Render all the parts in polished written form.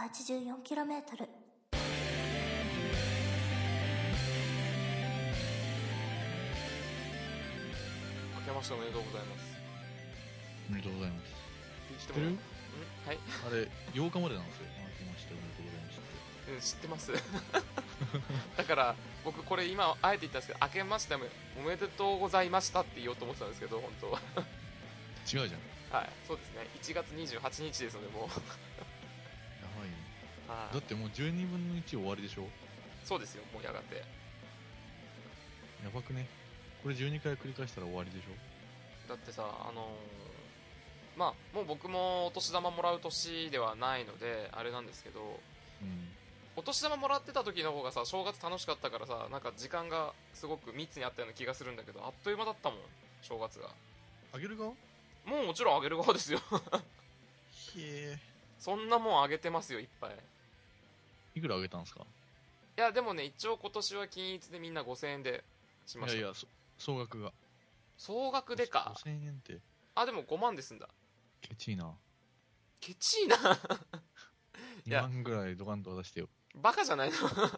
84km。 明けましておめでとうございます。 おめでとうございます。 知ってる？はい。 あれ、8日までなんですよ。明けましておめでとうございますって。 知ってますだから僕これ今あえて言ったんですけど、明けましておめでとうございましたって言おうと思ってたんですけど、本当は違うじゃん。 はい、そうですね。1月28日ですので、もうやばいね。 はい、 だってもう12分の1終わりでしょ。 そうですよ、もうやがて。 やばくね。これ12回繰り返したら終わりでしょ。 だってさ、まあもう僕もお年玉もらう年ではないのであれなんですけど、 うん。 お年玉もらってた時の方がさ、正月楽しかったからさ、なんか時間がすごく密にあったような気がするんだけど、あっという間だったもん、正月が。 あげる側？ もうもちろんあげる側ですよへえ。 そんなもんあげてますよ、いっぱい。 いくらあげたんですか？ いやでもね、一応今年は均一でみんな5000円でしました。 いやいや、総額が。 総額でか。 5000円って。 あ、でも5万で済んだ。 ケチいな。 ケチいな 2万ぐらいドカンと渡してよ。 バカじゃないの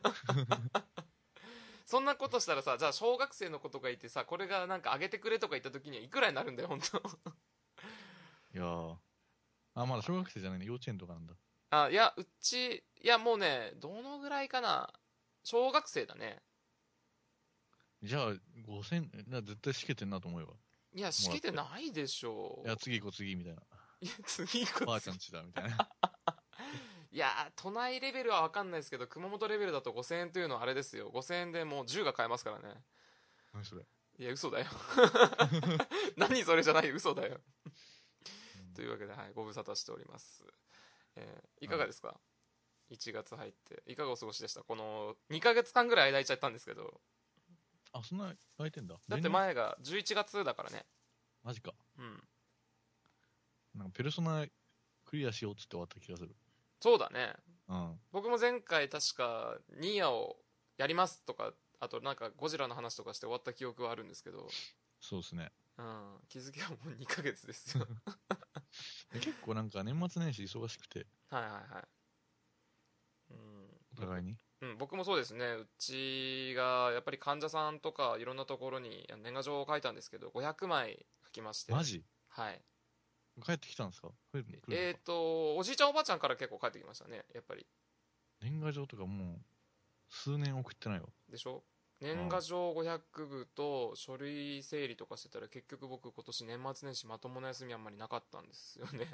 そんなことしたらさ、じゃあ小学生の子とかいてさ、これがなんかあげてくれとか言った時にはいくらになるんだよ、本当いやー。あ、まだ小学生じゃないね。幼稚園とかなんだ。 あ、いや、いやもうね、どのぐらいかな。小学生だね。 じゃあ、5000、絶対しけてんなと思えば。 いや、しけてないでしょう。 いや、次行こう、次、みたいな。 いや、次行こう。 ばあちゃんちだ、みたいな。 いや、都内レベルは分かんないですけど、熊本レベルだと5000円というのはあれですよ。5000円でもう銃が買えますからね。 何それ。 いや、嘘だよ何それじゃないよ、嘘だよというわけで、はい、ご無沙汰しております。いかがですか、はい、1月入っていかがお過ごしでした？この2ヶ月間ぐらい間空いちゃったんですけど。 あ、そんな空いてんだ。 だって前が11月だからね。 マジか。 うん。 なんかペルソナクリアしようっつって終わった気がする。 そうだね。 うん。 僕も前回確かニーヤをやりますとか、あとなんかゴジラの話とかして終わった記憶はあるんですけど。 そうですね。 うん。気づけばもう2ヶ月ですよ結構なんか年末年始忙しくて。 はいはいはい。うん。 お互いに。 うん、僕もそうですね。うちがやっぱり患者さんとかいろんなところに年賀状を書いたんですけど、500枚書きまして。 マジ？ はい。 帰ってきたんですか？ おじいちゃんおばあちゃんから結構帰ってきましたね、やっぱり。 年賀状とかもう数年送ってないわ。 でしょ？年賀状500部と書類整理とかしてたら、結局僕今年年末年始まともな休みあんまりなかったんですよね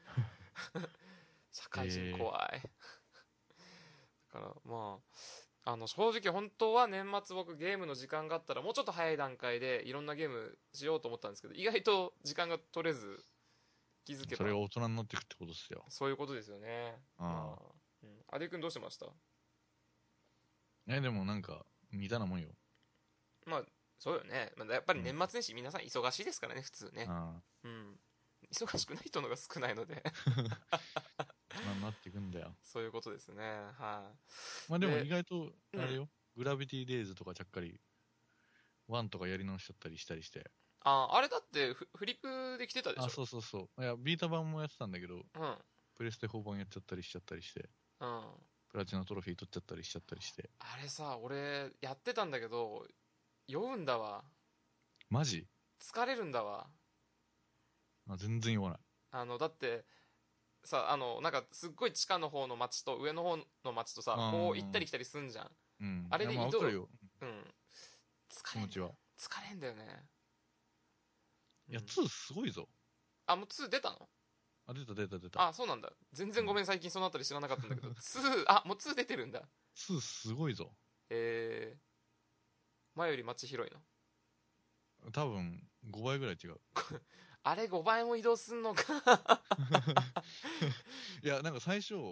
社会人怖いだからまあ正直本当は年末僕ゲームの時間があったらもうちょっと早い段階でいろんなゲームしようと思ったんですけど、意外と時間が取れず、気づけばそれが大人になっていくってことですよ。 そういうことですよね。アディ君どうしてました？ でもなんか似たなもんよ。 まあそうよね、やっぱり年末年始皆さん忙しいですからね、普通ね。うん、忙しくない人のが少ないので大人になっていくんだよ。 そういうことですね。はい。 まあでも意外とあれよ、グラビティデイズとかちゃっかり1とかやり直しちゃったりしたりして。 あれだってフリップで来てたでしょ？ そうそうそう。いやビータ版もやってたんだけど、 うん、 プレステ4版やっちゃったりしちゃったりして、 うん、 プラチナトロフィー取っちゃったりしちゃったりして。 あれさ、俺やってたんだけど酔うんだわ。 マジ？ 疲れるんだわ。 全然酔わない。 だってさ、なんかすっごい地下の方の街と上の方の街とさ、こう行ったり来たりすんじゃん。 うん、 あれで移動、 分かるよ。 うん、 気持ちは疲れんだよね。 いや、2すごいぞ。 あ、もう2出たの？ 出た。 あ、そうなんだ。全然ごめん、最近そのあたり知らなかったんだけどもう2出てるんだ。 2すごいぞ。 前より街広いの？ 多分5倍ぐらい違うあれ5倍も移動すんのかいや、なんか最初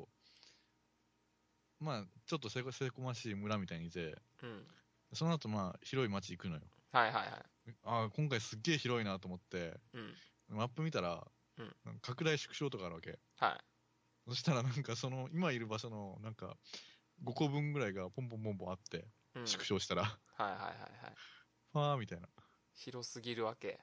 まあちょっとせこましい村みたいにいて、 うん、 その後まあ広い街行くのよ。 はいはいはい。 今回すっげえ広いなと思って、マップ見たら、拡大縮小とかあるわけ。 はい。 そしたらなんかその今いる場所のなんか5個分ぐらいがポンポンポンポンあって、縮小したらはいはいはいはい。 ファーみたいな。 広すぎるわけ。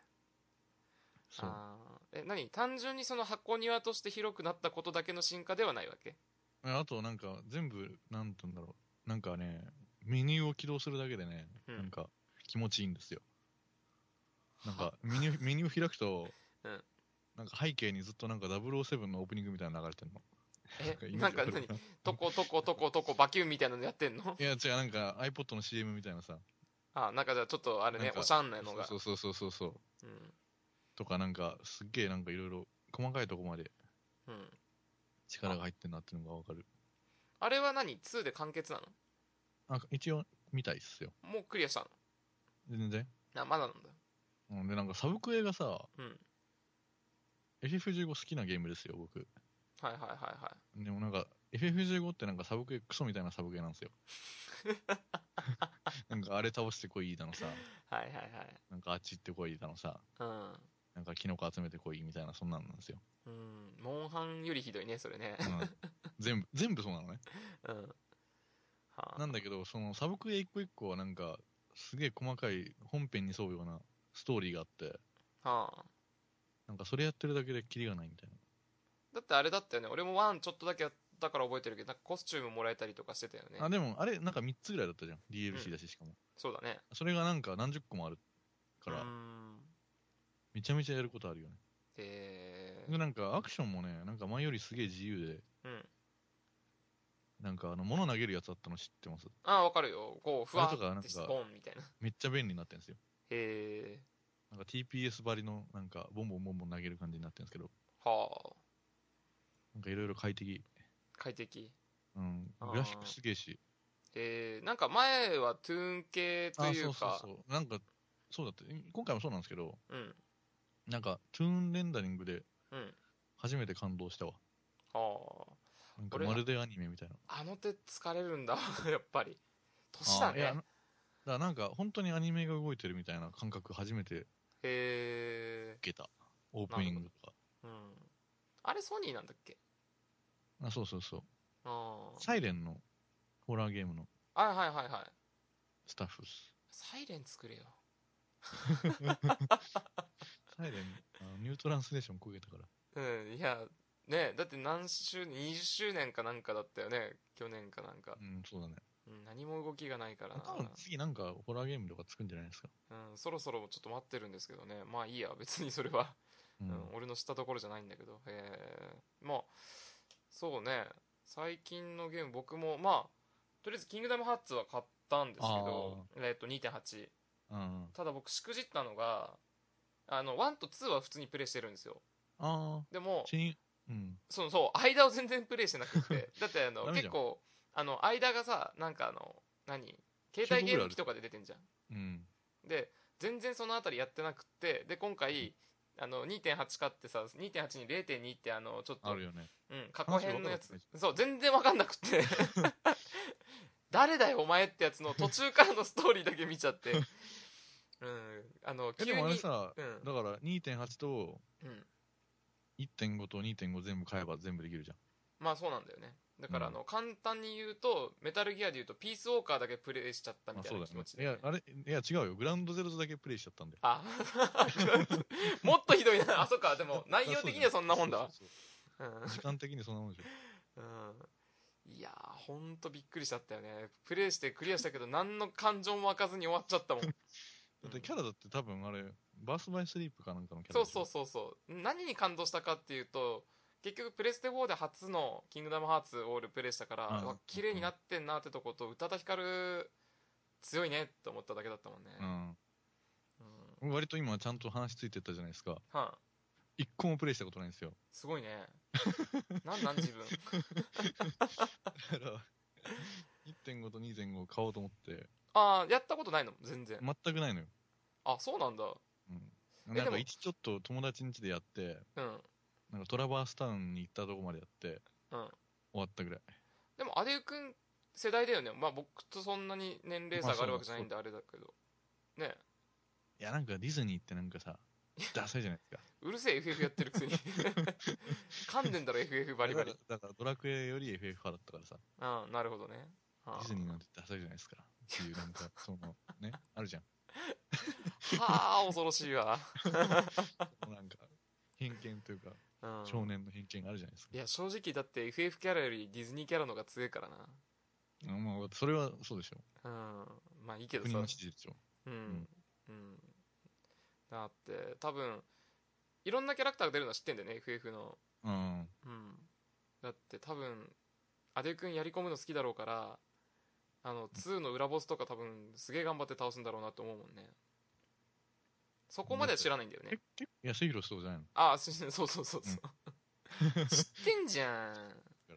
そう。 何単純にその箱庭として広くなったことだけの進化ではないわけ？ あとなんか全部、なんて言うんだろう。なんかね、メニューを起動するだけでね、なんか気持ちいいんですよ。なんかメニュー開くと、なんか背景にずっとなんか007のオープニングみたいなの流れてんの。 なんか何トコトコトコトコバキュンみたいなのやってんの？ いや違う、なんか iPod の CM みたいなさ。 なんかじゃあちょっとあれね、おしゃんなのが。 そう。とかなんか、すっげえなんかいろいろ細かいとこまで力が入ってんなっていうのがわかる。 あれは何 ?2 で完結なの？一応見たいっすよ。 もうクリアしたの？ 全然。 まだなんだ。 で、なんかサブクエがさ、FF15 好きなゲームですよ、僕。でもなんか、FF15 ってなんかサブクエクソみたいなサブクエなんですよ。なんかあれ倒してこいだのさ、なんかあっち行ってこいだのさ、なんかキノコ集めてこいみたいな、そんなんなんですよ。 モンハンよりひどいね、それね。 全部そうなのね。なんだけど、そのサブクエ一個一個はなんか、すげえ細かい本編に沿うようなストーリーがあって、なんかそれやってるだけでキリがないみたいな。 だってあれだったよね、俺も1ちょっとだけやったから覚えてるけど、なんかコスチュームもらえたりとかしてたよね。 でもあれなんか3つぐらいだったじゃん。DLC だし、しかも。 そうだね。 それがなんか何十個もあるから、めちゃめちゃやることあるよね。で、なんかアクションもね、なんか前よりすげえ自由で、なんか物投げるやつあったの知ってます？ わかるよ。こう、ふわってしてボンみたいな。 めっちゃ便利になってるんですよ。 へなんか TPS ばりの、なんか、ボンボン投げる感じになってるんですけど。なんかいろいろ快適。グラフィックすげえし。 なんか前はトゥーン系というか。 そう。なんか、そうだって、今回もそうなんですけど、なんか、トゥーンレンダリングで、初めて感動したわ。なんかまるでアニメみたいな。 あの手疲れるんだ、やっぱり。年だね。 だからなんか、本当にアニメが動いてるみたいな感覚初めて、受けた。オープニングとか。 あれソニーなんだっけ？ そう。サイレンのホラーゲームのスタッフっす。 サイレン作れよ。 サイレン、ニュートランスレーション焦げたから。 いや、ね、だって何周年、20周年かなんかだったよね、去年かなんか。 そうだね。 何も動きがないからな。 多分次なんかホラーゲームとか作るんじゃないですか。 そろそろちょっと待ってるんですけどね。まあいいや、別にそれは。俺の知ったところじゃないんだけど。まあ、そうね。最近のゲーム、僕も、まあ、とりあえず、キングダムハーツは買ったんですけど、2.8。ただ僕、しくじったのが、1と2は普通にプレイしてるんですよ。でも、そう、間を全然プレイしてなくて。だって、結構、間がさ、なんか携帯ゲーム機とかで出てんじゃん。で、全然そのあたりやってなくって、で、今回、2.8 買ってさ、2.8 に 0.2 ってちょっと、 あるよね。 過去編のやつ。そう、全然わかんなくって誰だよお前ってやつの途中からのストーリーだけ見ちゃって。 でもあれさ、だから2.8 と、1.5 と 2.5 全部買えば全部できるじゃん。 まあそうなんだよね。だから簡単に言うと、メタルギアで言うとピースウォーカーだけプレイしちゃったみたいな気持ちで、ね。 いや違うよ。グラウンドゼロだけプレイしちゃったんだよ。 もっとひどいな。そっか。でも内容的にはそんなもんだわ。 時間的にそんなもんでしょ。 いやー、ほんとびっくりしちゃったよね。プレイしてクリアしたけど何の感情も湧かずに終わっちゃったもん。だってキャラだって多分あれ、バースバイスリープかなんかのキャラ。 そう。何に感動したかっていうと、結局プレステ4で初のキングダムハーツオールプレイしたから、綺麗になってんなってとこと、宇多田ヒカル強いねって思っただけだったもんね。 割と今ちゃんと話ついてったじゃないですか。一個もプレイしたことないんですよ。 すごいね。なん自分。 だから、1.5 と 2.5 買おうと思って。 やったことないの全然。 全くないのよ。 そうなんだ。 なんかちょっと友達ん家でやって、なんかトラバースタウンに行ったとこまでやって、終わったぐらい。 でもアデュくん世代だよね。まあ僕とそんなに年齢差があるわけじゃないんであれだけどね。 いやなんかディズニーってなんかさ、ダサいじゃないですか。 うるせえ FF やってるくせに噛んでんだろ FF バリバリ。 だからドラクエより FF 派だったからさ。 なるほどね。 ディズニーなんてダサいじゃないですかっていうなんかそのねあるじゃん。 はあ恐ろしいわ。 なんか偏見というか。 少年の偏見があるじゃないですか。 いや正直だって FF キャラよりディズニーキャラの方が強いからな。 まあそれはそうでしょ。 まあいいけどさ。 国の父でしょ。 だって多分いろんなキャラクターが出るのは知ってんだよね FF の。だって多分アデュ君やり込むの好きだろうから、2の裏ボスとか多分すげえ頑張って倒すんだろうなと思うもんね。そこまでは知らないんだよね。 結構安弘そうじゃないの？ そうそうそうそう、知ってんじゃん。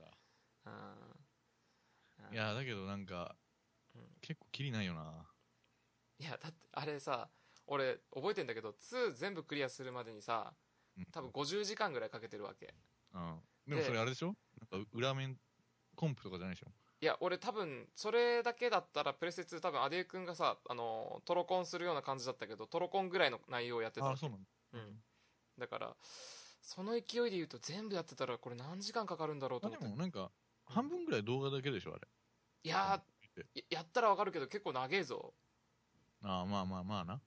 いやだけどなんか、結構キリないよな。 いやだってあれさ、俺覚えてんだけど2全部クリアするまでにさ、多分50時間ぐらいかけてるわけ。 でもそれあれでしょ、なんか裏面コンプとかじゃないでしょ。 いや俺多分それだけだったらプレステ2多分アデュ君がさトロコンするような感じだったけど、トロコンぐらいの内容をやってたわけ。 そうなんだ。 だからその勢いで言うと全部やってたらこれ何時間かかるんだろうと思って。 でもなんか半分ぐらい動画だけでしょあれ。 いややったらわかるけど結構長えぞ。 まあな。まあな。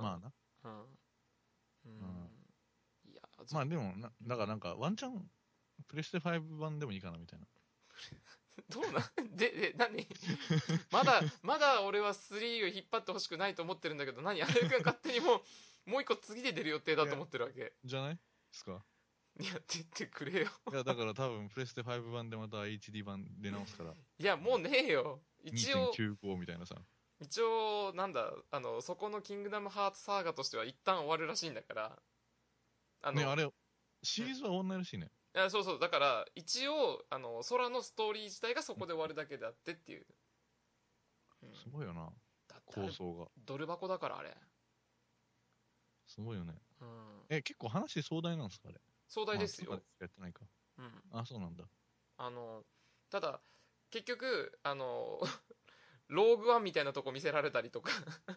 いやまあでもだからなんかワンチャンプレステ5版でもいいかなみたいな。 どうなんで何まだ俺は3を引っ張ってほしくないと思ってるんだけど、何あれ君勝手にもう一個次で出る予定だと思ってるわけじゃないですか。 いや出てくれよ。 いやだから多分プレステ5版でまた HD 版出直すから。 いやもうねえよ。一応 2.95 みたいなさ。 一応なんだそこのキングダムハーツサーガとしては一旦終わるらしいんだから。 あれシリーズは終わんないらしいね。 いやそうだから一応空のストーリー自体がそこで終わるだけであってっていう、 すごいよな構想が。 ドル箱だからあれすごいよね。結構話壮大なんですかあれ。 壮大ですよ。 やってないか。そうなんだ。 ただ結局ローグワンみたいなとこ見せられたりとか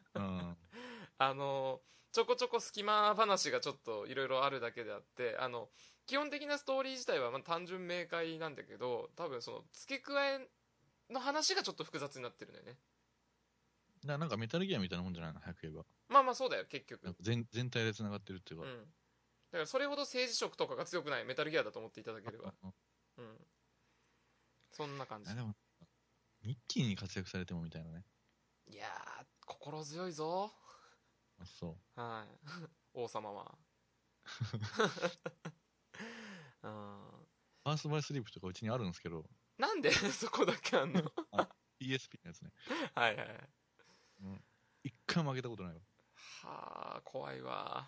ちょこちょこ隙間話がちょっといろいろあるだけであって、基本的なストーリー自体はまあ単純明快なんだけど、多分その付け加えの話がちょっと複雑になってるんだよね。 なんかメタルギアみたいなもんじゃないの、早く言えば。 まあそうだよ結局。 全体で繋がってるっていうか。 だからそれほど政治色とかが強くないメタルギアだと思っていただければ。そんな感じ。 でも一気に活躍されてもみたいなね。 いやー心強いぞ。 そう。 はい。王様は。 ファーストバイスリープとかうちにあるんですけど。 なんでそこだけあんの PSP のやつね。 はい。 一回も負けたことないわ。 はあ、怖いわ。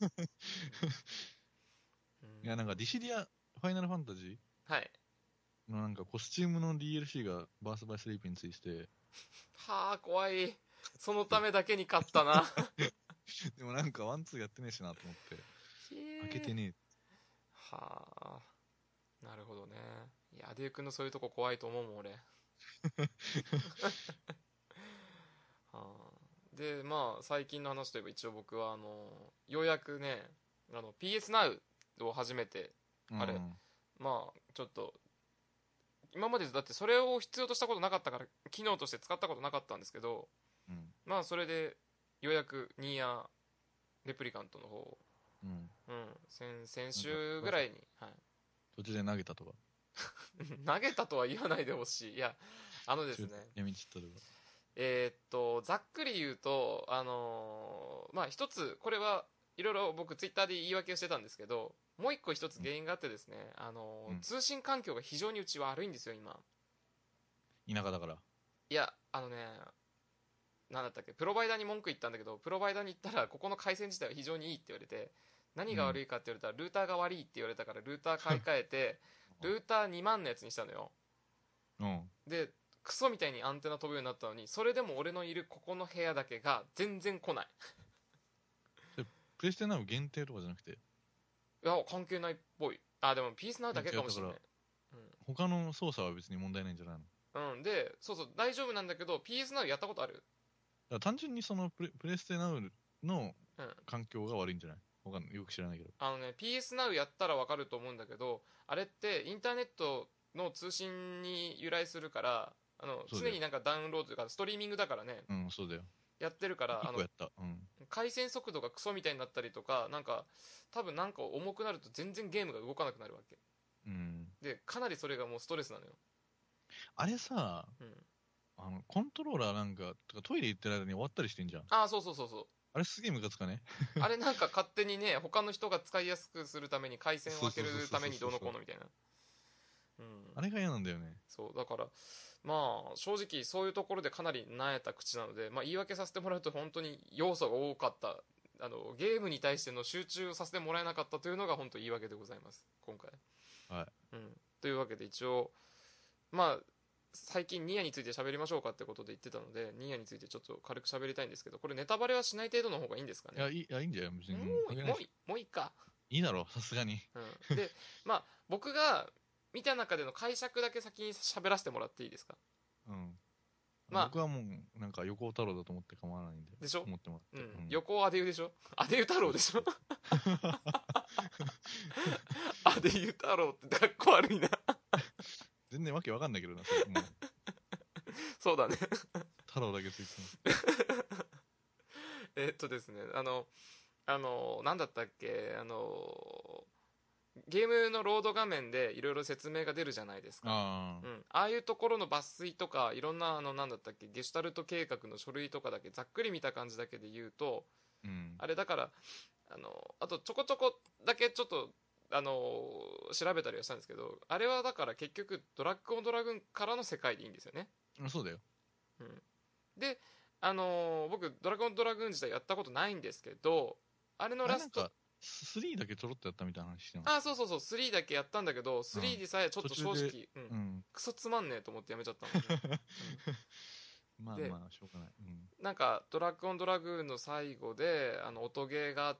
いや、なんかディシディアファイナルファンタジーのなんかコスチュームの DLC がバーストバイスリープについて。 はあ、怖い。そのためだけに買ったな。 でもなんかワンツーやってねえしなと思って開けてねえ。 はあ、なるほどね。いやアデュー君のそういうとこ怖いと思うもん俺。でまあ最近の話といえば一応僕はようやくねPS Now を初めてまあちょっと今までだってそれを必要としたことなかったから機能として使ったことなかったんですけど、まあそれでようやくニーヤレプリカントの方を、先週ぐらいに、 途中で投げたとか投げたとは言わないでほしい。いやですね、 闇散ったとか。 ざっくり言うとまあ一つこれはいろいろ僕ツイッターで言い訳をしてたんですけど、もう一つ原因があってですね、通信環境が非常にうち悪いんですよ今。 田舎だから。 いやなんだったっけ、プロバイダーに文句言ったんだけど、プロバイダーに言ったらここの回線自体は非常にいいって言われて、何が悪いかって言われたらルーターが悪いって言われたからルーター買い替えてルーター2万のやつにしたのよ。でクソみたいにアンテナ飛ぶようになったのに、それでも俺のいるここの部屋だけが全然来ない。 プレステナウ限定とかじゃなくて？いや関係ないっぽい。でもピースナウだけかもしれない。 他の操作は別に問題ないんじゃないの？ でそう大丈夫なんだけど PS Now やったことある？ 単純にそのプレステナウの環境が悪いんじゃない？わかんない、よく知らないけど。 PS Now やったらわかると思うんだけど、あれってインターネットの通信に由来するから、常になんかダウンロードとかストリーミングだからね。 そうだよ。 やってるから 1個やった。 回線速度がクソみたいになったりとか、なんか多分なんか重くなると全然ゲームが動かなくなるわけで、かなりそれがもうストレスなのよ。 あれさ、コントローラーなんかとかトイレ行ってる間に終わったりしてんじゃん。 ああ、そうそうそうそう。 あれすげえムカつかね。 あれなんか勝手にね、他の人が使いやすくするために回線を開けるためにどうのこうのみたいな。 あれが嫌なんだよね。 そうだから、まあ正直そういうところでかなり萎えた口なので、まあ、言い訳させてもらうと本当に要素が多かった、ゲームに対しての集中させてもらえなかったというのが本当言い訳でございます今回。 はい。 というわけで一応まあ最近ニアについて喋りましょうかってことで言ってたので、ニアについてちょっと軽く喋りたいんですけど、これネタバレはしない程度の方がいいんですかね。 いやいいんじゃない別に。 もういいか。 いいだろさすがに。 でまあ僕が見た中での解釈だけ先に喋らせてもらっていいですか。 まあ、僕はもうなんか横尾太郎だと思って構わないんで。 でしょ。 思ってもらって。 横尾アデユでしょ。アデユ太郎でしょ。アデユ太郎ってかっこ悪いな。 全然わけわかんないけどな、それもうそうだね。 太郎だけついてますですね、なんだったっけ、ゲームのロード画面でいろいろ説明が出るじゃないですか。ああいうところの抜粋とかいろんななんだったっけ、ゲシュタルト計画の書類とかだけざっくり見た感じだけで言うと、あれだからあとちょこちょこだけちょっと調べたりはしたんですけど、あれはだから結局ドラッグオンドラグーンからの世界でいいんですよね。 そうだよ。 で僕ドラゴンドラグーン自体やったことないんですけど、あれのラスト 3だけちょろっとやったみたいな話してます。 そうそうそう、3だけやったんだけど、3でさえちょっと正直、クソつまんねえと思ってやめちゃったの、 まあまあしょうがない、 なんかドラッグオンドラグーンの最後で音ゲーがあって、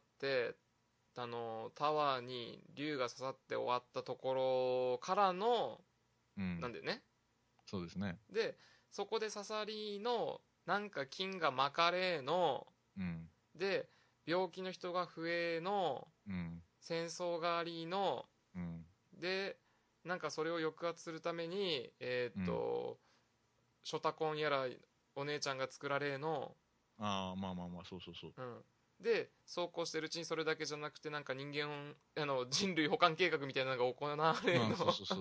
タワーに竜が刺さって終わったところからの、なんでね。 そうですね。 でそこで刺さりのなんか菌が巻かれの、で病気の人が増えの、戦争がありの、でなんかそれを抑圧するためにショタコンやらお姉ちゃんが作られの、 まあそうそうそう、 でそうこうしてるうちにそれだけじゃなくて、なんか人間人類保管計画みたいなのが行われの、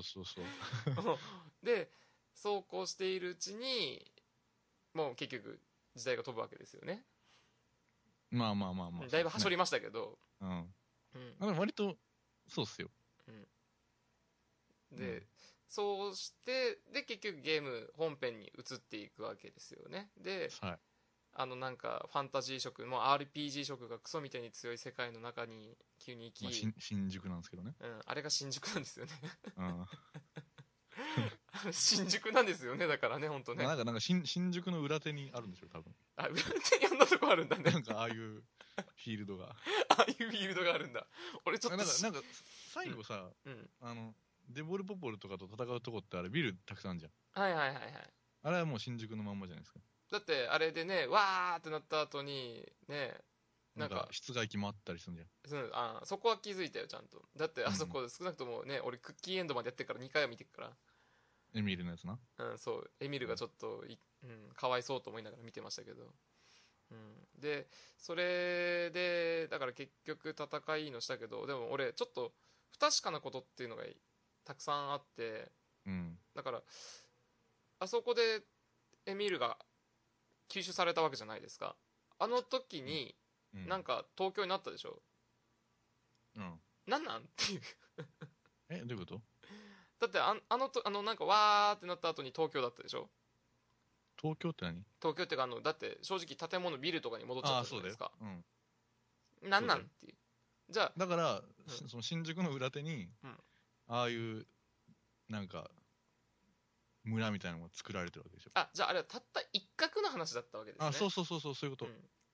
でそうこうしているうちにもう結局時代が飛ぶわけですよね。 まあだいぶはしょりましたけど、 割とそうっすよ。 で、そうしてで結局ゲーム本編に移っていくわけですよね。で、なんかファンタジー色、もう RPG 色がクソみたいに強い世界の中に急に行き、 新宿なんですけどね、 あれが新宿なんですよね。新宿なんですよね、だからね、本当ね。 なんか新宿の裏手にあるんでしょ多分。 裏手にあんなとこあるんだね。 なんかああいうフィールドがああいうフィールドがあるんだ。俺ちょっとなんか最後さ、デボルポポルとかと戦うとこってあれビルたくさんあるじゃん。あれはもう新宿のまんまじゃないですか。 だってあれでね、わーってなった後にね、 なんか室外機もあったりするんじゃん。そこは気づいたよちゃんと。だってあそこ少なくともね、俺クッキーエンドまでやってから2回は見てるから。 エミールのやつな。 そうエミールがちょっとかわいそうと思いながら見てましたけど、でそれでだから結局戦いのしたけど、でも俺ちょっと不確かなことっていうのがたくさんあって、だからあそこでエミールが吸収されたわけじゃないですか。あの時になんか東京になったでしょ。なんっていうどういうこと？ だってなんかわーってなった後に東京だったでしょ。 東京って何？ 東京ってかだって正直建物ビルとかに戻っちゃったじゃないですか。なんっていう。じゃあだから、その新宿の裏手に、ああいうなんか村みたいなのが作られてるわけでしょ。 じゃああれはたった一角の話だったわけですね。 そういうこと。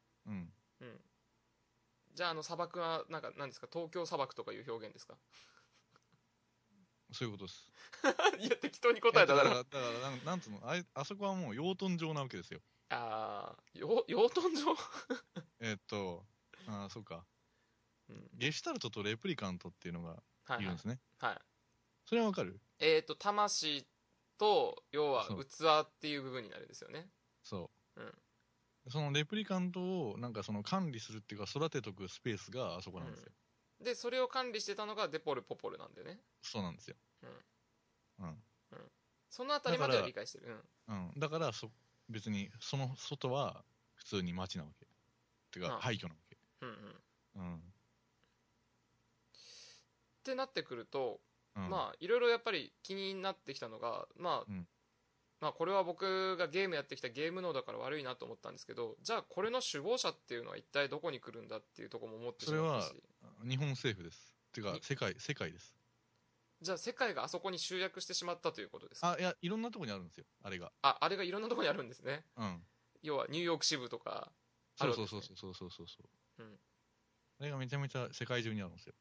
じゃあ砂漠はなんか何ですか、東京砂漠とかいう表現ですか？ そういうことです。 いや適当に答えただからなんつうの、あそこはもう養豚場なわけですよ。 養豚場そうか、ゲシュタルトとレプリカントっていうのがいるんですね。それはわかる？ 魂と要は器っていう部分になるんですよね。 そう。 そのレプリカントをなんかその管理するっていうか育てとくスペースがあそこなんですよ。 でそれを管理してたのがデポルポポルなんだよね。 そうなんですよ。うん。 そのあたりまでは理解してる。 だから別にその外は普通に街なわけ。てか廃墟なわけ。 ってなってくると、まあいろいろやっぱり気になってきたのが、まあこれは僕がゲームやってきたゲーム脳だから悪いなと思ったんですけど、じゃあこれの首謀者っていうのは一体どこに来るんだっていうところも思ってしまったし。 それは日本政府です。てか世界です。 じゃあ世界があそこに集約してしまったということですか。 いやいろんなところにあるんですよ、あれが。 あれがいろんなところにあるんですね。要はニューヨーク支部とかあるわけですね。 そう。あれがめちゃめちゃ世界中にあるんですよ。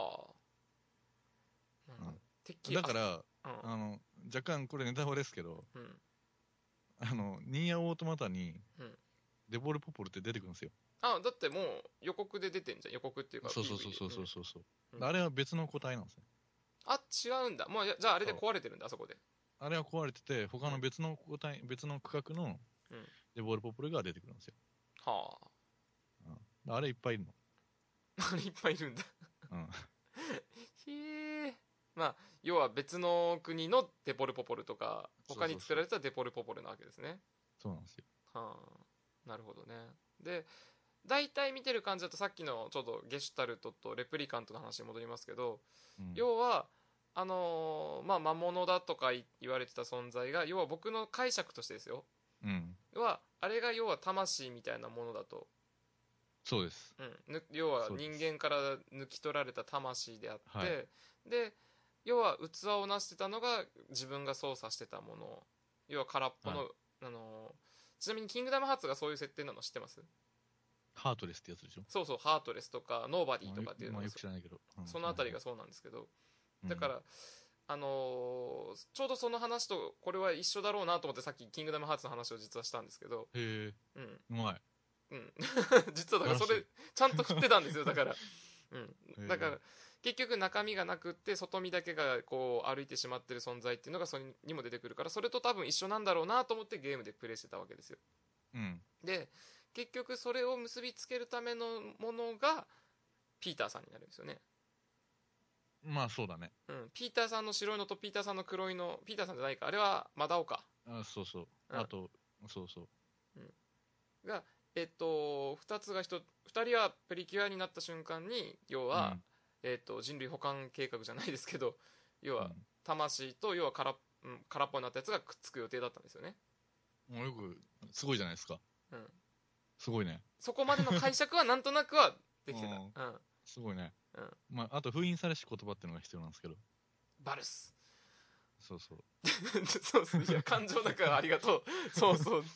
だから若干これネタバレですけど、ニーヤオートマタにデボルポポルって出てくるんですよ。 だってもう予告で出てんじゃん。予告っていうかそう。あれは別の個体なんですね。 違うんだ。もうじゃああれで壊れてるんだ、あそこで。 あれは壊れてて、他の別の個体、別の区画のデボルポポルが出てくるんですよ。あれいっぱいいるの。 あれいっぱいいるんだ。へえ。まあ要は別の国のデポルポポルとか他に作られたデポルポポルなわけですね。 そうなんですよ。 なるほどね。で大体見てる感じだと、さっきのちょっとゲシュタルトとレプリカントの話に戻りますけど、要はまあ魔物だとか言われてた存在が、要は僕の解釈としてですよ、あれが要は魂みたいなものだと。 そうです、 要は人間から抜き取られた魂であって、で要は器を成してたのが自分が操作してたもの、要は空っぽの、ちなみにキングダムハーツがそういう設定なの知ってます？ ハートレスってやつでしょ。 そう、ハートレスとかノーバディとかっていうのが、 よく知らないけど、 そのあたりがそうなんですけど、だからちょうどその話とこれは一緒だろうなと思ってさっきキングダムハーツの話を実はしたんですけど。 へえ、うまい。 実はだからそれちゃんと振ってたんですよ。だからだから結局中身がなくって外見だけがこう歩いてしまってる存在っていうのがそれにも出てくるから、それと多分一緒なんだろうなと思ってゲームでプレイしてたわけですよ。で結局それを結びつけるためのものがピーターさんになるんですよね。 まあそうだね。 ピーターさんの白いのとピーターさんの黒いの、ピーターさんじゃないか、あれはマダオか。 そう。あとそうが2つが2人はプリキュアになった瞬間に、要は人類保管計画じゃないですけど、要は魂と要は空っぽになったやつがくっつく予定だったんですよね。 もうよくすごいじゃないですか。すごいね。 そこまでの解釈はなんとなくはできてた。 すごいね。あと封印されし言葉っていうのが必要なんですけど、 バルス。 そういや感情だからありがとう。そう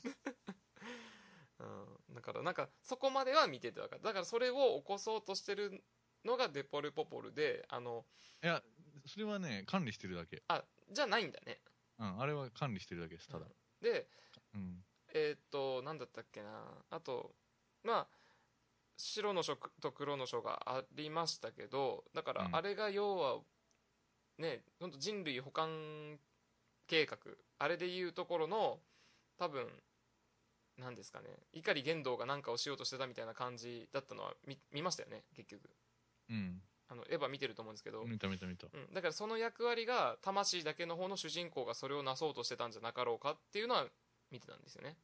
だからなんかそこまでは見てて分かる。だからそれを起こそうとしてるのがデポルポポルで、 いやそれはね管理してるだけ。 じゃないんだね。 あれは管理してるだけです。ただでなんだったっけな、あとまあ白の書と黒の書がありましたけど、だからあれが要はね、本当人類保管計画、あれでいうところの多分なんですかね、碇玄道が何かをしようとしてたみたいな感じだったのは見ましたよね結局。エヴァ見てると思うんですけど、 見た、 だからその役割が魂だけの方の主人公がそれをなそうとしてたんじゃなかろうかっていうのは見てたんですよね。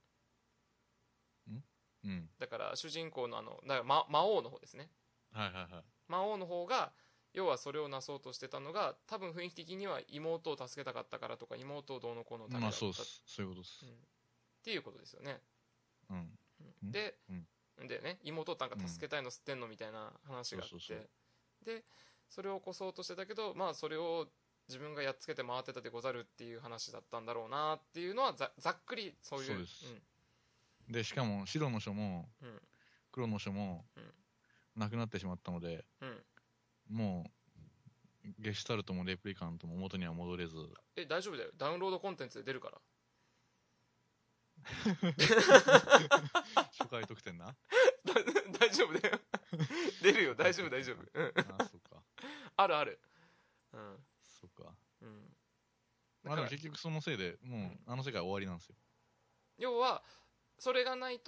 だから主人公のだから魔王の方ですね。魔王の方が要はそれをなそうとしてたのが、多分雰囲気的には妹を助けたかったからとか、妹をどうのこうのためだった、 そういうことです、 っていうことですよね。でね、妹をなんか助けたいの吸ってんのみたいな話があって、でそれを起こそうとしてたけど、まあそれを自分がやっつけて回ってたでござるっていう話だったんだろうなっていうのはざっくりそういう。 そうです、でしかも白の書も黒の書もなくなってしまったので、もうゲシュタルトもレプリカントも元には戻れず。 大丈夫だよ、ダウンロードコンテンツで出るから初回特典な大丈夫だよ出るよ、大丈夫そうか、あるそうか。まあでも結局そのせいでもうあの世界終わりなんですよ。 要はそれがないと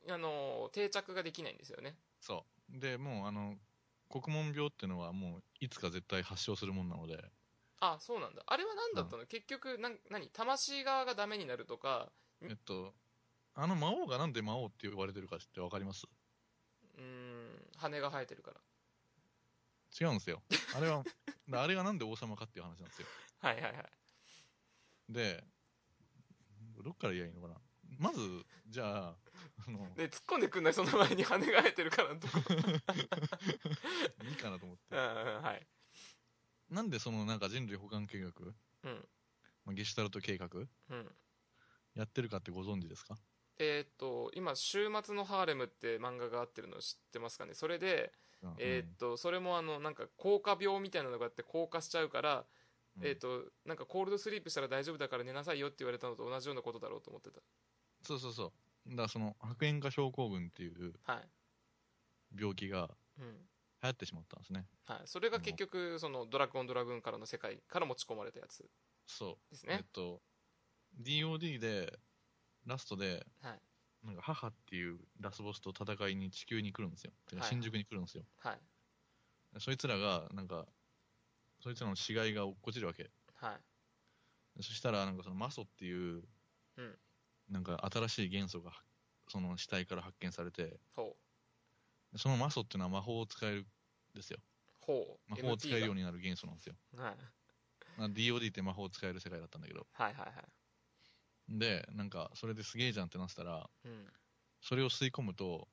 定着ができないんですよね。 そう。で、もう、国門病っていうのはもう、いつか絶対発症するもんなので。 あ、そうなんだ。あれは何だったの、結局、魂側がダメになるとか。 魔王がなんで魔王って言われてるかってわかります？ 羽が生えてるから。 違うんですよ。あれがなんで王様かっていう話なんですよ。 はいはいはい。 で、どっから言えばいいのかな。まず、じゃあ、 ね、突っ込んでくんない、その前に羽が生えてるからのとこ。 いいかなと思って。 はい。 なんでなんか人類保管計画、ゲシュタルト計画、やってるかってご存知ですか？ 今、週末のハーレムって漫画があってるの知ってますかね。それで、それもなんか硬化病みたいなのがあって硬化しちゃうから、なんかコールドスリープしたら大丈夫だから寝なさいよって言われたのと同じようなことだろうと思ってた。 そうそうそう。だから白煙化症候群っていう病気が流行ってしまったんですね。 はい。それが結局、ドラゴンドラグーンからの世界から持ち込まれたやつですね。 DOD で、ラストで、 はい。 なんか母っていうラスボスと戦いに地球に来るんですよ。新宿に来るんですよ。 はい。 そいつらが、なんか、そいつらの死骸が落っこちるわけ。 はい。 そしたら、なんかマソっていう、なんか新しい元素が、その死体から発見されて、そのマソっていうのは魔法を使えるんですよ。魔法を使えるようになる元素なんですよ。 はい。 DOD って魔法を使える世界だったんだけど。 はいはいはい。 で、なんか、それですげえじゃんってなってたら、それを吸い込むと、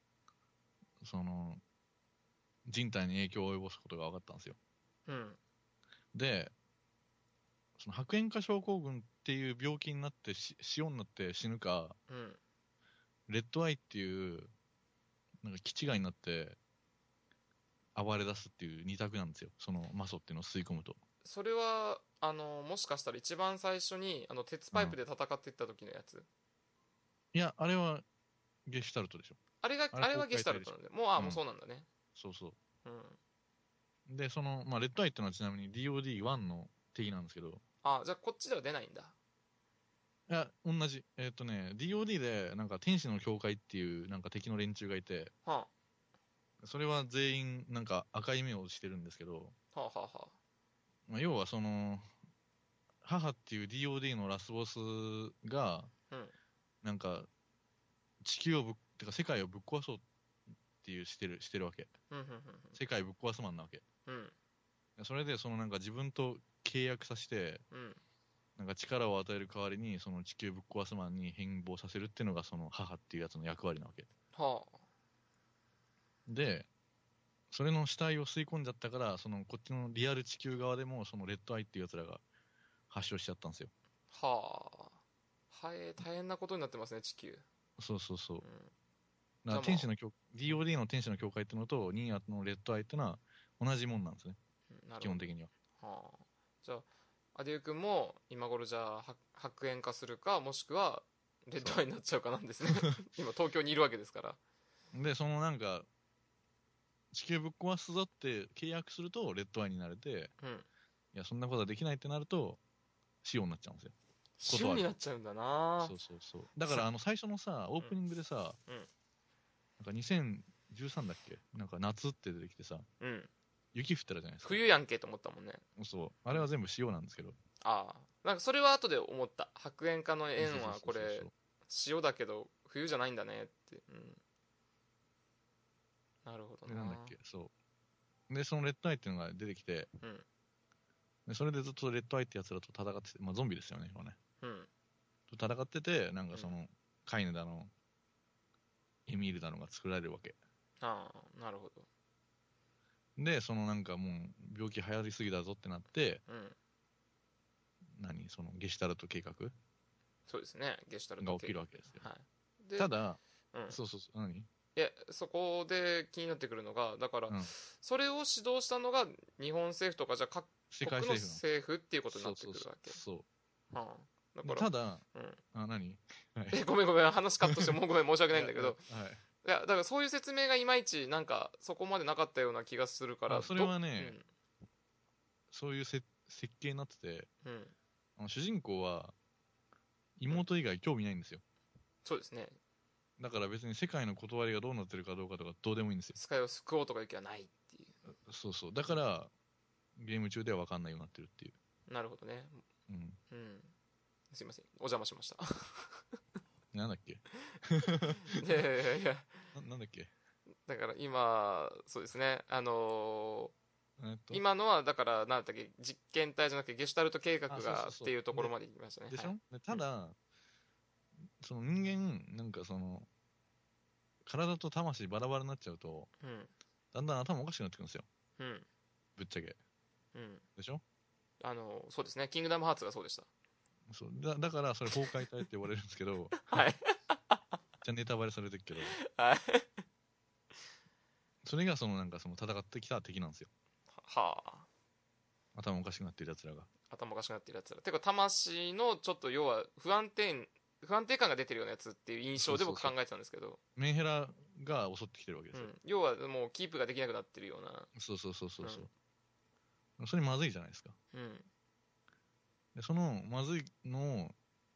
人体に影響を及ぼすことが分かったんですよ。で、白煙化症候群っていう病気になって塩になって死ぬか、レッドアイっていうなんか気違いになって暴れ出すっていう二択なんですよ。マソっていうのを吸い込むと。 それはもしかしたら一番最初に鉄パイプで戦っていった時のやつ？ いや、あれはゲシュタルトでしょ。 あれはゲシュタルトなんで、もうそうなんだね。 そうそう。で、レッドアイっていうのはちなみに DOD1 の敵なんですけど。 じゃあこっちでは出ないんだ。 いや、同じ。DOD で、なんか天使の教会っていう、なんか敵の連中がいて、それは全員、なんか赤い目をしてるんですけど、要は母っていう DOD のラスボスが、なんか、地球をてか世界をぶっ壊そうっていうしてるわけ。世界ぶっ壊すマンなわけ。それで、なんか自分と契約させて、なんか力を与える代わりに、地球ぶっ壊すマンに変貌させるっていうのが、母っていうやつの役割なわけ。で、それの死体を吸い込んじゃったから、こっちのリアル地球側でも、レッドアイっていうやつらが発症しちゃったんですよ。 大変なことになってますね、地球。 そうそうそう。だからDOD の天使の教会っていうのと、ニーヤのレッドアイっていうのは同じもんなんですね。基本的には。 じゃあ、アデュー君も今頃じゃあ白煙化するか、もしくはレッドアイになっちゃうかなんですね。今東京にいるわけですから。 で、なんか、地球ぶっ壊すぞって契約するとレッドアイになれて、いや、そんなことはできないってなると、塩になっちゃうんですよ。 塩になっちゃうんだな。 そうそうそう。だから最初のさ、オープニングでさ、なんか2013だっけ、なんか夏って出てきてさ、雪降ってたじゃないですか。 冬やんけと思ったもんね。 そう。あれは全部塩なんですけど。 なんかそれは後で思った。白煙化の円はこれ、塩だけど冬じゃないんだねって。なるほどな。 なんだっけ、そう。で、そのレッドアイっていうのが出てきて、でそれでずっとレッドアイってやつらと戦ってて、まあゾンビですよね、今ね。と戦ってて、なんかカイネだの、エミールだのが作られるわけ。 なるほど。 で、なんかもう、病気流行りすぎだぞってなって、ゲシュタルト計画そうですね、ゲシュタルトが起きるわけですよ。ただ、そうそうそう、何？ そこで気になってくるのが、だから、それを指導したのが日本政府とか、じゃあ各国の政府っていうことになってくるわけ。 そう。 だからただ、何？ ごめん、話カットしてもうごめん、申し訳ないんだけど、いや、だからそういう説明がいまいち、なんか、そこまでなかったような気がするから。 それはね、そういう設計になってて、主人公は、妹以外興味ないんですよ。 そうですね。 だから別に世界の断りがどうなってるかどうかとかどうでもいいんですよ。 世界を救おうとかいう気はないっていう。 そうそう。だから、ゲーム中では分かんないようになってるっていう。 なるほどね。 うん。 うん。すいません。お邪魔しました。 なんだっけいやいやいや。 なんだっけ。 だから今、そうですね。今のはだからなんだっけ、実験体じゃなくてゲシュタルト計画がっていうところまで行きましたね。 でしょ、 はい、 でただ、その人間なんかその体と魂バラバラになっちゃうと、 うん、 だんだん頭おかしくなってくるんですよ、 うん、 ぶっちゃけ、 うん、 でしょ。 そうですね。キングダムハーツがそうでした。 そうだからそれ崩壊体って呼ばれるんですけどはいじゃネタバレされてるけど、 はいそれがそのなんかその戦ってきた敵なんですよ。 はあ。 頭おかしくなってるやつらが。 頭おかしくなってるやつら。てか魂のちょっと要は不安定感が出てるようなやつっていう印象で僕考えてたんですけど、 メンヘラが襲ってきてるわけですよ、 要はもうキープができなくなってるような。 そうそう、それまずいじゃないですか。でそのまずいのを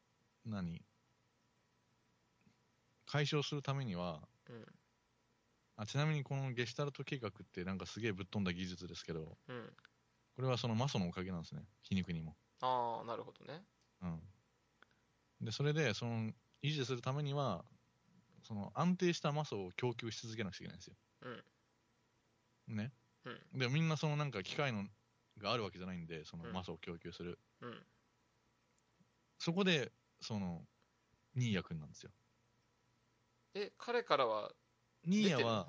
解消するためには、ちなみにこのゲシュタルト計画ってなんかすげえぶっ飛んだ技術ですけど、これはそのマソのおかげなんですね、皮肉にも。 ああ、なるほどね。 でそれでその維持するためにはその安定したマソを供給し続けなくちゃいけないんですよ、ね。でもみんなそのなんか機械のがあるわけじゃないんで、そのマソを供給する、そこでそのニーヤ君なんですよ。 彼からはニーヤは、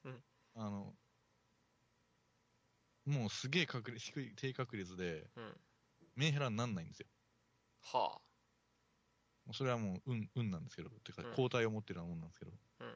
もうすげえ低い低確率で、メンヘラになんないんですよ。 はあ。それはもう運なんですけど、てか抗体を持ってるようなもんなんですけど。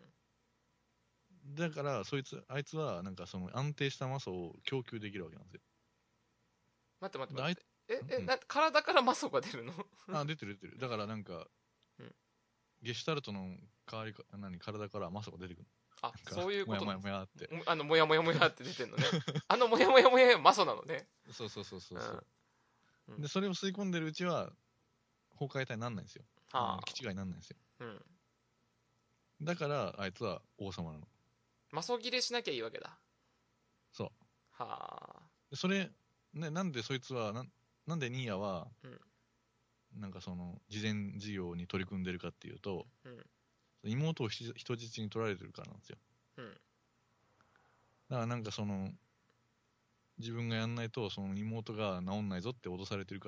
だからあいつはなんかその安定したマソを供給できるわけなんですよ。 待って体からマソが出るの？ 出てる。だからなんか、ゲシュタルトの代わりか体からマソが出てくる。 そういうこともやもやって。 もやもやもやって出てんのね。もやもやもやマソなのね。 そう。で、それを吸い込んでるうちは、崩壊体になんないんですよ。気違いになんないんですよ。だから、あいつは王様なの。 マソ切れしなきゃいいわけだ。 そう。 はあ。それ、なんでそいつは、なんでニーヤは、なんかその、事前事業に取り組んでるかっていうと、妹を人質に取られてるからなんですよ。だからなんかその、自分がやんないとその妹が治んないぞって脅されてるから、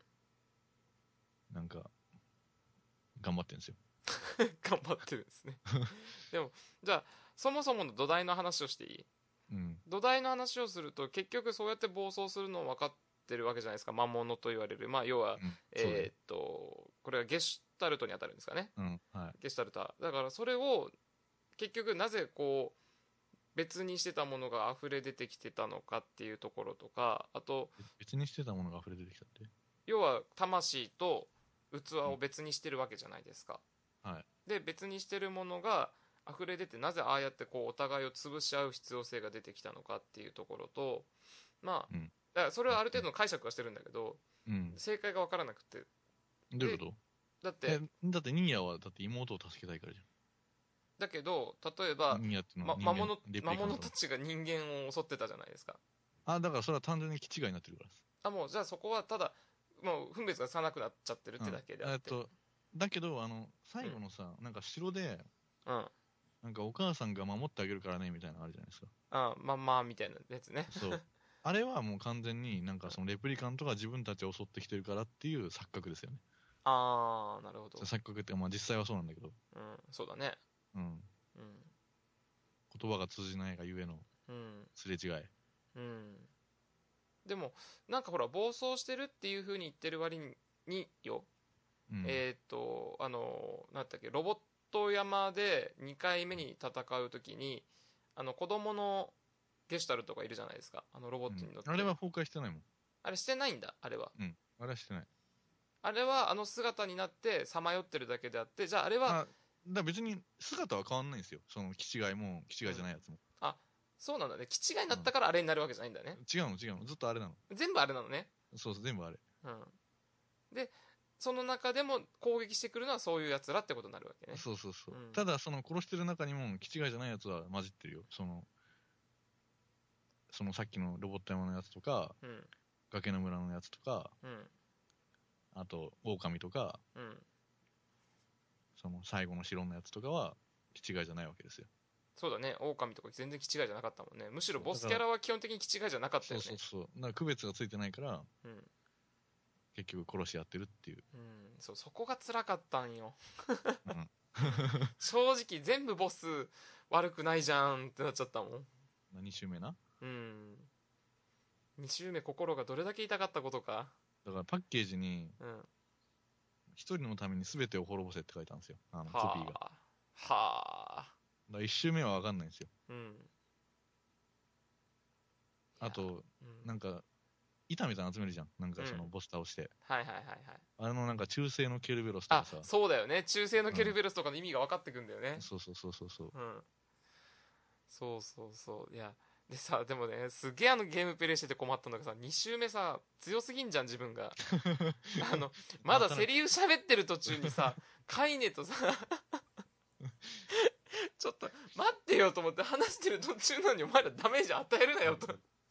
なんか頑張ってるんですよ。 頑張ってるんですね。でもじゃあそもそもの土台の話をしていい？土台の話をすると結局そうやって暴走するの分かってるわけじゃないですか。魔物と言われる、要は、これはゲシュタルトに当たるんですかね。ゲシュタルタだから、それを結局なぜこう別にしてたものが溢れ出てきてたのかっていうところとか、あと別にしてたものが溢れ出てきたって、 要は魂と器を別にしてるわけじゃないですか。で別にしてるものが溢れ出て、なぜああやってこうお互いを潰し合う必要性が出てきたのかっていうところと、だからそれはある程度の解釈はしてるんだけど、正解が分からなくて。 どういうこと？だってニーヤはだって妹を助けたいからじゃん。 だけど例えば魔物たちが人間を襲ってたじゃないですか。 だからそれは単純に気違いになってるからです。 もうじゃあそこはただもう分別がつかなくなっちゃってるってだけであって、 だけど最後のさ、なんか城で、なんかお母さんが守ってあげるからねみたいなのあるじゃないですか。 みたいなやつね。 そうあれはもう完全になんかそのレプリカントが自分たちを襲ってきてるからっていう錯覚ですよね。 なるほど。 錯覚って実際はそうなんだけど、 そうだね。 言葉が通じないがゆえのすれ違い。 でもなんかほら暴走してるっていう風に言ってる割によ、なんだっけ、ロボット山で2回目に戦う時に子供のゲシュタルトがいるじゃないですか、ロボットに乗って、 あれは崩壊してないもん。 あれしてないんだ、あれは。 あれはしてない。 あれは姿になってさまよってるだけであって、じゃああれはだ別に姿は変わんないんですよ、その気違いも気違いじゃないやつも。 そうなんだね。気違いになったからあれになるわけじゃないんだね。 違うのずっとあれなの。 全部あれなのね。 そう全部あれ。 でその中でも攻撃してくるのはそういうやつらってことになるわけね。 そうそうそう。 うんただ、その殺してる中にも、気違いじゃないやつは混じってるよ。そのさっきのロボット山のやつとか、 うん崖の村のやつとか、 うんあと、狼とか、 うん。 その最後の城のやつとかは、気違いじゃないわけですよ。 そうだね、狼とか全然気違いじゃなかったもんね。むしろボスだからキャラは基本的に気違いじゃなかったそうよね。 そうそう。だから区別がついてないから、 うん結局殺し合ってるっていう。 そう、そこが辛かったんよ。 うん。 正直全部ボス悪くないじゃんってなっちゃったもん。 2周目な。 2周目心がどれだけ痛かったことか。 だからパッケージに、 うん一人のために全てを滅ぼせって書いたんですよ。コピーが。 はあ。 だから1周目は分かんないんですよ。あと、なんか、板みたいなの集めるじゃん。なんかそのボス倒して。 はいはいはいはい。 あれのなんか中性のケルベロスとかさ。 そうだよね。中性のケルベロスとかの意味が分かってくんだよね。 そうそうそうそうそう。 そうそうそう。いや、でさ、でもね、すげえゲームプレイしてて困ったのがさ、2周目さ、強すぎんじゃん、自分が。まだセリフ喋ってる途中にさ、カイネとさ、ちょっと待ってよと思って話してる途中なのにお前らダメージ与えるなよと。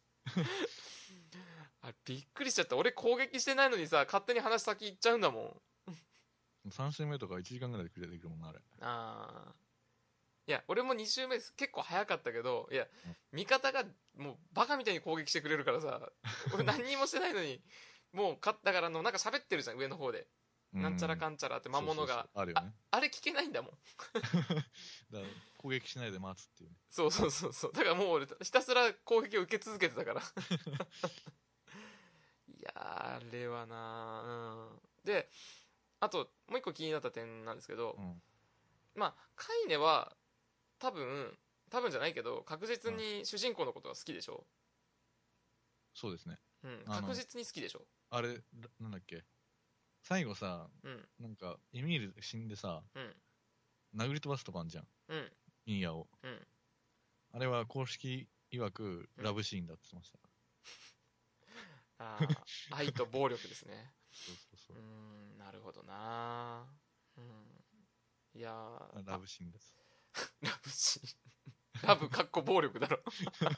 びっくりしちゃった。俺攻撃してないのにさ、勝手に話先行っちゃうんだもん。 3周目とか1時間ぐらいでクリアできるもんな、あれ。 いや、俺も2周目結構早かったけど、いや、味方がもうバカみたいに攻撃してくれるからさ、俺何にもしてないのに、もうだからなんか喋ってるじゃん、上の方で。なんちゃらかんちゃらって魔物が。 あるよね。 あれ聞けないんだもん。 だから攻撃しないで待つっていうね。 そうそうそうそう。だからもう俺ひたすら攻撃を受け続けてたから。いやあれはなで、あともう一個気になった点なんですけど、まあカイネは多分じゃないけど確実に主人公のことが好きでしょ。 そうですね。 確実に好きでしょ。 あれなんだっけ、最後さ、なんかエミール死んでさ、殴り飛ばすとかあんじゃん、インヤを。あれは公式曰くラブシーンだって言ってました。 愛と暴力ですね。 そうそうそう。 なるほどな。いやラブシーンです。 ラブシーン。ラブかっこ暴力だろ。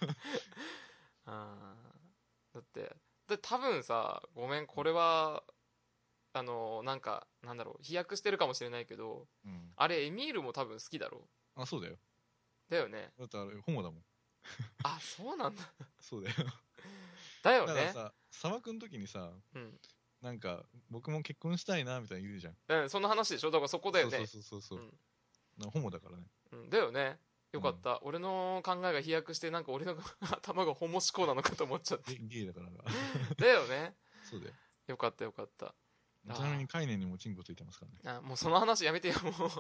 だって多分さ、ごめん、これはなんかなんだろう、飛躍してるかもしれないけど、あれエミールも多分好きだろ。 そうだよ。 だよね。 だってあれホモだもん。 そうなんだ。 そうだよ。 だよね。 だからさ、砂漠の時にさ、なんか僕も結婚したいなみたいな言うじゃん。 その話でしょ。だからそこだよね。 そうホモだからね。 だよね。よかった、俺の考えが飛躍して、なんか俺の頭がホモ思考なのかと思っちゃって。 ゲイだからだよね。 そうだよ。 よかったよかった。 ちなみにカイネにもチンコついてますからね。 もうその話やめてよ、もう。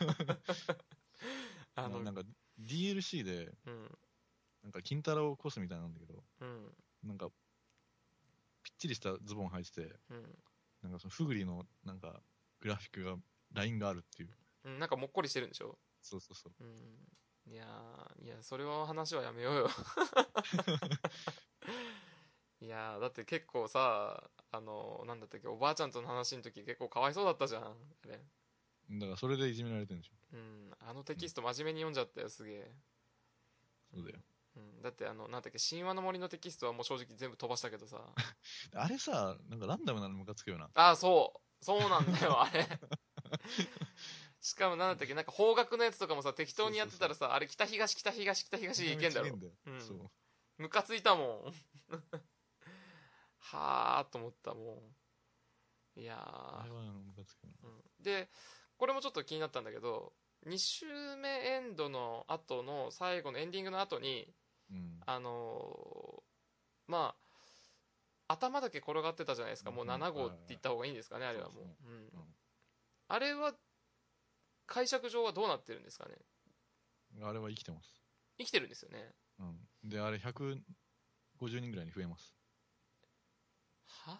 なんか DLC で、なんか金太郎コスみたいなんだけど、なんかぴっちりしたズボン履いてて、なんかそのフグリのなんかグラフィックがラインがあるっていう、 なんかもっこりしてるんでしょ。 そうそうそう。 いやそれは話はやめようよ。いやだって結構さ、なんだったっけ、おばあちゃんとの話の時結構かわいそうだったじゃん、あれ。 だからそれでいじめられてるんでしょ。テキスト真面目に読んじゃったよ、すげえ。 そうだよ。 だってなんだっけ、神話の森のテキストはもう正直全部飛ばしたけどさ。 あれさ、なんかランダムなのムカつくよな。 そうなんだよ、あれ。しかもなんだったっけ、なんか方角のやつとかもさ、適当にやってたらさ、あれ北東いけんだろ。ムカついたもん。はあと思ったもん。いやでこれもちょっと気になったんだけど、2周目エンドの後の最後のエンディングの後に、まあ頭だけ転がってたじゃないですか。もう7号って言った方がいいんですかね、あれはもう。あれは解釈上はどうなってるんですかね。 あれは生きてます。 生きてるんですよね。 であれ150人ぐらいに増えます。 は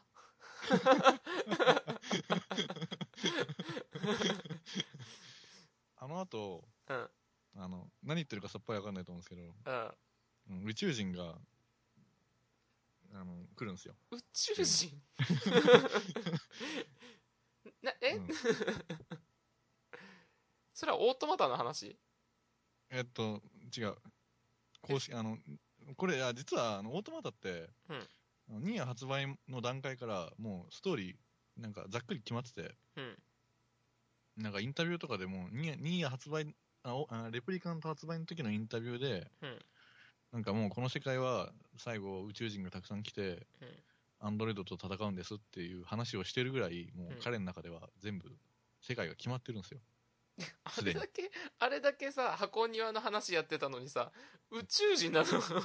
あの後、何言ってるかさっぱり分かんないと思うんですけど、宇宙人が来るんですよ。 宇宙人うん、それはオートマタの話？ 違う。公式、これ、実は、オートマタって、ニーヤ発売の段階から、もう、ストーリー、なんか、ざっくり決まってて、なんか、インタビューとかでも、ニーヤ発売、レプリカント発売の時のインタビューで、なんかもう、この世界は、最後、宇宙人がたくさん来て、アンドロイドと戦うんですっていう話をしてるぐらい、もう、彼の中では全部、世界が決まってるんですよ。 あれだけさ、箱庭の話やってたのにさ、宇宙人なの？そう。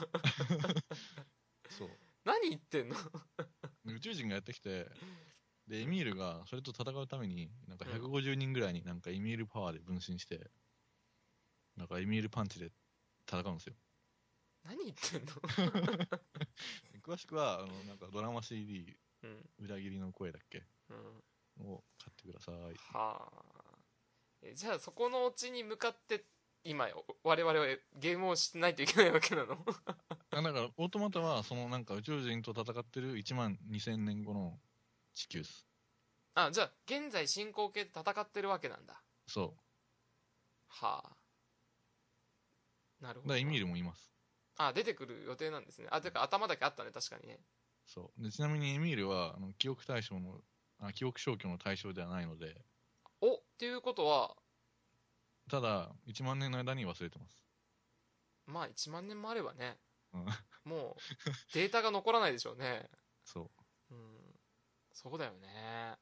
何言ってんの？ 宇宙人がやってきて、で、エミールがそれと戦うために、なんか150人ぐらいになんかエミールパワーで分身して、なんかエミールパンチで戦うんですよ。 何言ってんの？ 詳しくは、なんかドラマ CD、裏切りの声だっけ、を買ってください。 はあ。じゃあそこのオチに向かって今我々はゲームをしないといけないわけなの？ だからオートマタはそのなんか宇宙人と戦ってる1万2000年後の地球です。 じゃあ現在進行形で戦ってるわけなんだ。 そう。 はあ。なるほど。 だからエミールもいます。 出てくる予定なんですね。てか頭だけあったね、確かにね。 そうで、ちなみにエミールは記憶記憶消去の対象ではないので。 っていうことは、 ただ1万年の間に忘れてます。 まあ1万年もあればね、 うん、 もうデータが残らないでしょうね。 そう。 そうだよね。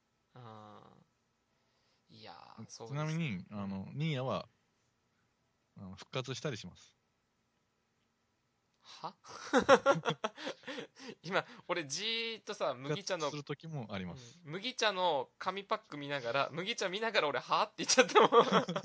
いやそうです。 ちなみにニーヤは復活したりします。 は？今俺じーっとさ、麦茶のする時もあります、 麦茶の紙パック見ながら、麦茶見ながら俺はって言っちゃったもん。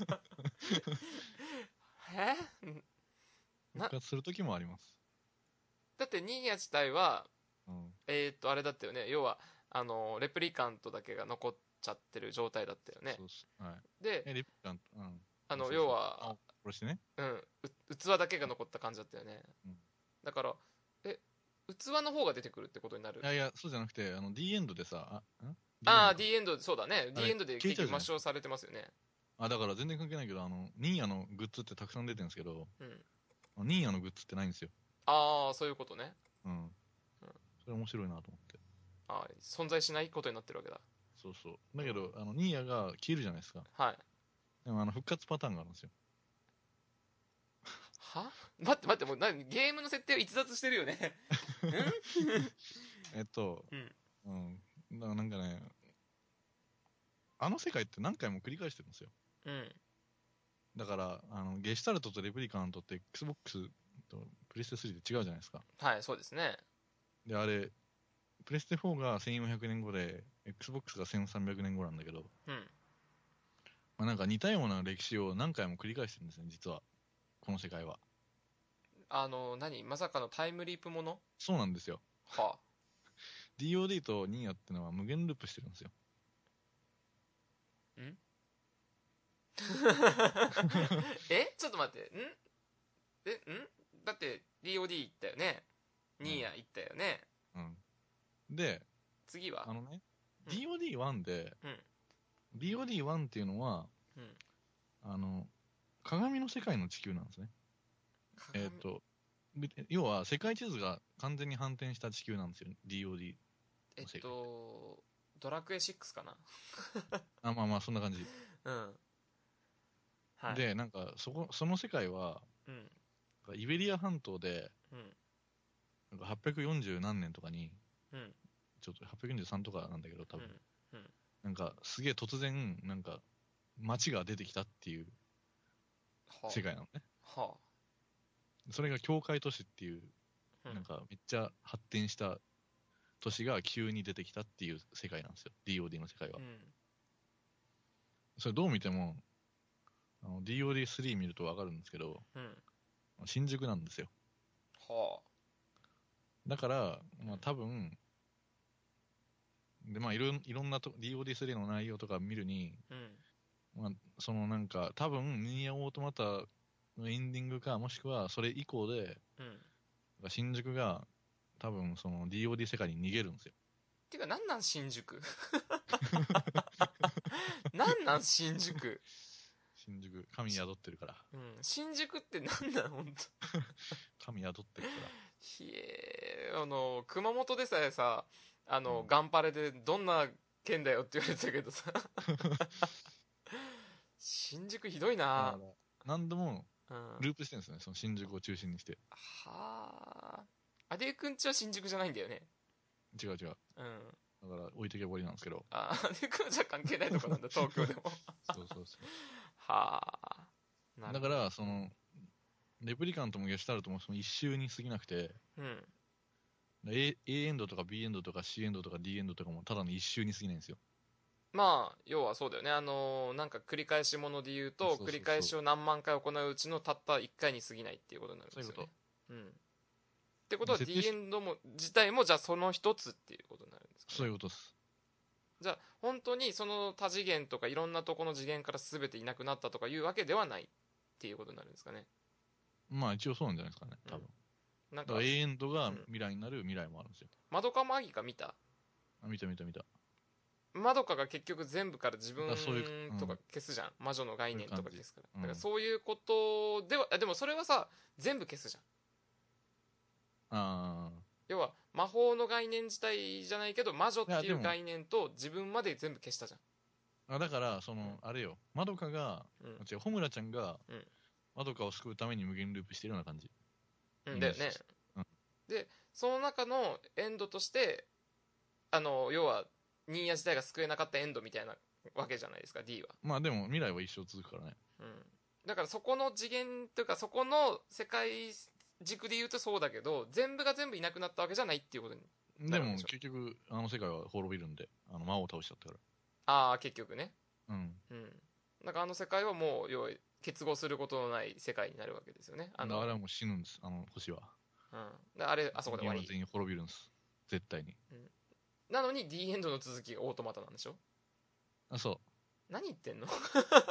復活する時もあります。 だってニーヤ自体は、 うん、 あれだったよね、要はレプリカントだけが残っちゃってる状態だったよね。 そうそう、はい、 でレプリカント、 要は殺してね、 器だけが残った感じだったよね。だから器の方が出てくるってことになる？ いやそうじゃなくてD エンドでさ、 D エンド、そうだね、 D エンドで結局抹消されてますよね。 だから全然関係ないけどニーヤのグッズってたくさん出てるんですけど、ニーヤのグッズってないんですよ。 そういうことね。 それ面白いなと思って。 存在しないことになってるわけだ。 そうそう。だけどニーヤが消えるじゃないですか。 はい。 でも復活パターンがあるんですよ。 は？待ってもうゲームの設定を逸脱してるよね。 だからなんかね、世界って何回も繰り返してるんですよ。だからゲシュタルトとレプリカントって XBOX とプレステ3で違うじゃないですか。 はい、そうですね。 であれプレステ4が1400年後で XBOX が1300年後なんだけど、なんか似たような歴史を何回も繰り返してるんですね、実はこの世界は。 まさかのタイムリープもの？ そうなんですよ。 はあ。 DOD とニーヤってのは無限ループしてるんですよ。 んちょっと待って。だって DOD 行ったよね。ニーヤ行ったよね。 で、 次は DOD1 で、DOD1 っていうのは、鏡の世界の地球なんですね。要は世界地図が完全に反転した地球なんですよ、DOD の世界。 ドラクエ6かな。 まあそんな感じ。で、なんかその世界は、イベリア半島で、なんか840何年とかに、ちょっと843とかなんだけど多分、なんかすげえ突然なんか街が出てきたっていう世界なのね。それが教会都市っていう、なんかめっちゃ発展した都市が急に出てきたっていう世界なんですよ、DOD の世界は。それどう見てもDOD3 見ると分かるんですけど、新宿なんですよ。だから、多分で、いろんなDOD3 の内容とか見るに、そのなんか多分ニーヤオートマタのエンディングか、もしくはそれ以降で、新宿が多分その DOD 世界に逃げるんですよ。 てかなんなん新宿なんなん新宿新宿、神宿ってるから。 うん、新宿ってなんなんほんと神宿ってるから。 ひえ熊本でさえさうんガンパレでどんな県だよって言われてたけどさ新宿ひどいな。 何度もうん、 ループしてるんですよね、その新宿を中心にして。 はあ。アデューくんちは新宿じゃないんだよね。 違う違う。 うん。 だから置いとけぼりなんですけど。 あ、アデューくんじゃ関係ないとこなんだ、東京でも。 そうそうそう。 はあ。なるほど。 だから、その、レプリカントもゲシュタルトもその一周に過ぎなくて、 うん。 A エンドとか B エンドとか C エンドとか D エンドとかもただの一周に過ぎないんですよ。 まあ、要はそうだよね。なんか繰り返しもので言うと、 そうそうそう繰り返しを何万回行ううちのたった1回に過ぎないっていうことになるんですよね。 そういうこうん。ってことは設定 D エンドも自体もじゃあその一つっていうことになるんですかね。 そういうことです。 じゃあ本当にその多次元とかいろんなとこの次元から全ていなくなったとかいうわけではないっていうことになるんですかね。 まあ一応そうなんじゃないですかね、多分。 なんかだから A エンドが未来になる未来もあるんですよ。 マドカマギカ見た？ 見た見た見た。 マドカが結局全部から自分そういうとか消すじゃん。魔女の概念とか消すから。 うんだからそういうことでは、でもそれはさ、全部消すじゃん。 あ要は魔法の概念自体じゃないけど魔女っていやでもいう概念と自分まで全部消したじゃん。 あ。だから、その、あれよ、まどかが、違う、ホムラちゃんがうん、 まどかを救うために無限ループしてるような感じ。 だよね、 うん、 でその中のエンドとして要はニーヤ自体が救えなかったエンドみたいなわけじゃないですか D は。 まあでも未来は一生続くからね。 うん、だからそこの次元というかそこの世界軸で言うとそうだけど全部が全部いなくなったわけじゃないっていうことになでもるんでしょ。 結局、あの世界は滅びるんで、魔王を倒しちゃったかああ結局ね。 ら。うん。 なんかあの世界はもう要は結合することのない世界になるわけですよね。 あれはもう死ぬんです、あの星は。 であれあそこで終わり。 全員滅びるんです。絶対に。 なのに D エンドの続きがオートマタなんでしょ。 あ、そう。 何言ってんのもう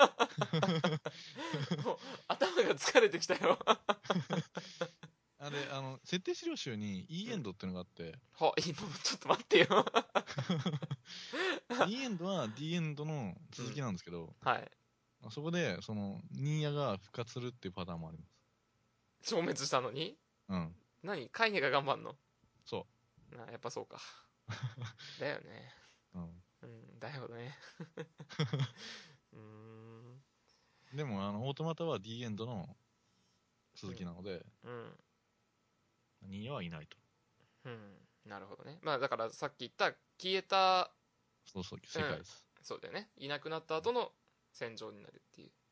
頭が疲れてきたよあれ、設定資料集に E エンドっていうのがあって、 は、今ちょっと待ってよ E エンドは D エンドの続きなんですけど、 はい。 そこで、ニーヤが復活するっていうパターンもあります。 消滅したのにうん。 何カイネが頑張んの？ そやっぱそうかだよね。 う。 だよねでも、オートマタは D エンドの続きなので、ニーヤはいないと。 なるほどね。まあだからさっき言った消えたそうそう、世界です。 そうだよね。いなくなった後の戦場になるっていう。